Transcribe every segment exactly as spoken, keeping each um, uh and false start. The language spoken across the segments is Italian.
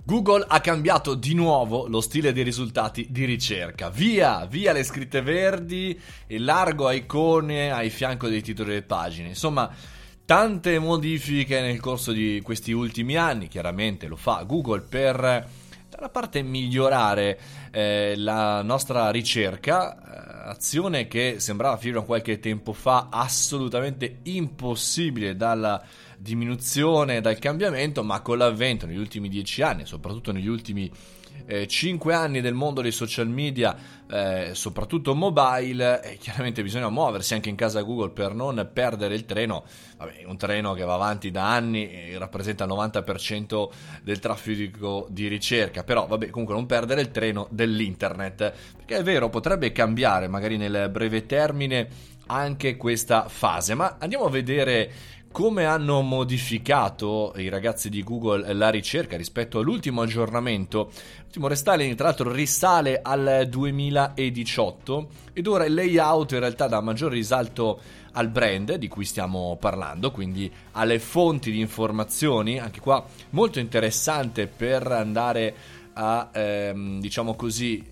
Google ha cambiato di nuovo lo stile dei risultati di ricerca. Via, via le scritte verdi e largo a icone ai fianco dei titoli delle pagine. Insomma, tante modifiche nel corso di questi ultimi anni. Chiaramente lo fa Google per, da una parte, migliorare eh, la nostra ricerca, eh, azione che sembrava fino a qualche tempo fa assolutamente impossibile dalla diminuzione, dal cambiamento, ma con l'avvento negli ultimi dieci anni, soprattutto negli ultimi eh, cinque anni del mondo dei social media, eh, soprattutto mobile, eh, chiaramente bisogna muoversi anche in casa Google per non perdere il treno. Vabbè, un treno che va avanti da anni e rappresenta il novanta per cento del traffico di ricerca, però vabbè, comunque non perdere il treno dell'internet, perché è vero, potrebbe cambiare magari nel breve termine anche questa fase, ma andiamo a vedere come hanno modificato i ragazzi di Google la ricerca rispetto all'ultimo aggiornamento. L'ultimo restyling, tra l'altro, risale al duemiladiciotto ed ora il layout in realtà dà maggiore risalto al brand di cui stiamo parlando, quindi alle fonti di informazioni. Anche qua molto interessante per andare a, ehm, diciamo così,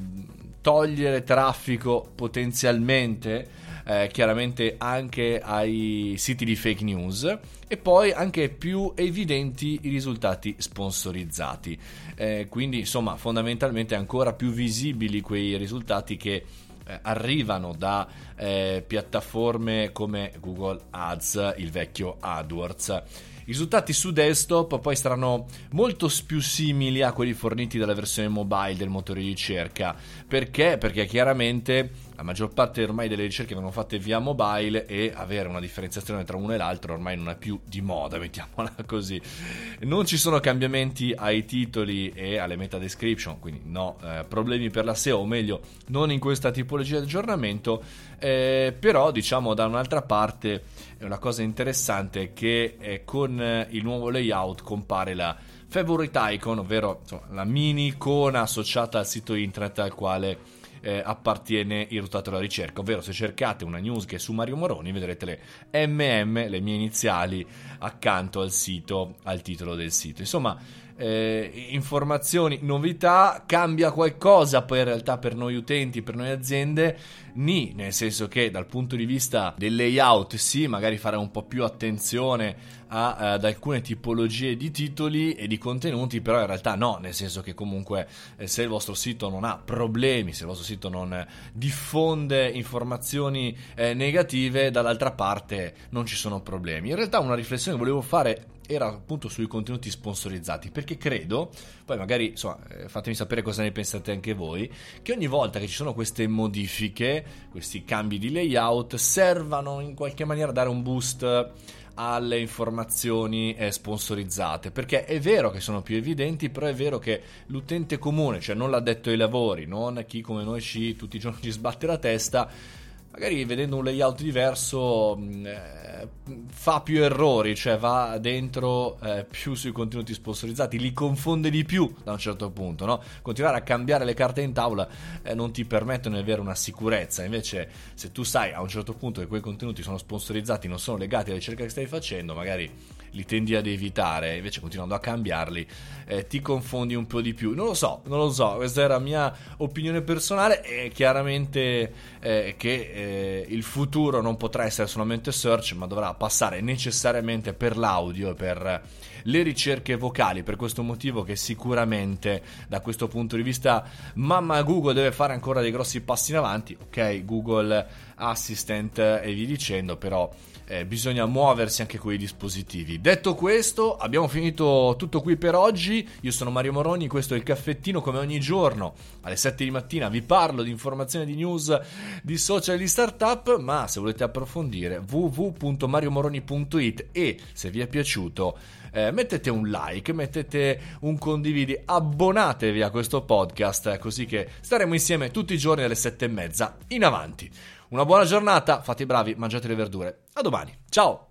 togliere traffico potenzialmente Eh, chiaramente anche ai siti di fake news, e poi anche più evidenti i risultati sponsorizzati, eh, quindi insomma fondamentalmente ancora più visibili quei risultati che eh, arrivano da eh, piattaforme come Google Ads, il vecchio AdWords. I risultati su desktop poi saranno molto più simili a quelli forniti dalla versione mobile del motore di ricerca. Perché? Perché chiaramente la maggior parte ormai delle ricerche vengono fatte via mobile e avere una differenziazione tra uno e l'altro ormai non è più di moda, mettiamola così. Non ci sono cambiamenti ai titoli e alle meta description, quindi no eh, problemi per la S E O, o meglio non in questa tipologia di aggiornamento, eh, però diciamo da un'altra parte è una cosa interessante che eh, con il nuovo layout compare la favorite icon, ovvero insomma, la mini icona associata al sito internet al quale Eh, appartiene il risultato della ricerca, ovvero se cercate una news che è su Mario Moroni vedrete le M M, le mie iniziali, accanto al sito, al titolo del sito. Insomma, eh, informazioni, novità. Cambia qualcosa poi in realtà per noi utenti, per noi aziende? Nì, nel senso che dal punto di vista del layout sì, magari fare un po' più attenzione a, ad alcune tipologie di titoli e di contenuti, però in realtà no, nel senso che comunque eh, se il vostro sito non ha problemi, se il vostro sito non eh, diffonde informazioni eh, negative, dall'altra parte non ci sono problemi. In realtà una riflessione che volevo fare era appunto sui contenuti sponsorizzati, perché credo, poi magari insomma eh, fatemi sapere cosa ne pensate anche voi, che ogni volta che ci sono queste modifiche, questi cambi di layout, servano in qualche maniera a dare un boost alle informazioni eh, sponsorizzate, perché è vero che sono più evidenti, però è vero che l'utente comune, cioè non l'addetto ai lavori, non chi come noi ci tutti i giorni ci sbatte la testa, magari vedendo un layout diverso eh, fa più errori, cioè va dentro eh, più sui contenuti sponsorizzati, li confonde di più da un certo punto, no? Continuare a cambiare le carte in tavola eh, non ti permettono di avere una sicurezza. Invece se tu sai a un certo punto che quei contenuti sono sponsorizzati, non sono legati alla ricerca che stai facendo, magari li tendi ad evitare, invece continuando a cambiarli eh, ti confondi un po' di più. Non lo so, non lo so, questa era la mia opinione personale, e chiaramente eh, che eh, il futuro non potrà essere solamente search, ma dovrà passare necessariamente per l'audio e per le ricerche vocali. Per questo motivo che sicuramente da questo punto di vista mamma Google deve fare ancora dei grossi passi in avanti. Ok, Google Assistant e via dicendo, però eh, bisogna muoversi anche con i dispositivi. Detto questo, abbiamo finito tutto qui per oggi. Io sono Mario Moroni, questo è il caffettino. Come ogni giorno alle sette di mattina vi parlo di informazioni, di news, di social, di startup, ma se volete approfondire w w w punto mario moroni punto i t, e se vi è piaciuto eh, mettete un like, mettete un condividi, abbonatevi a questo podcast, così che staremo insieme tutti i giorni alle sette e mezza in avanti. Una buona giornata, fate i bravi, mangiate le verdure. A domani, ciao!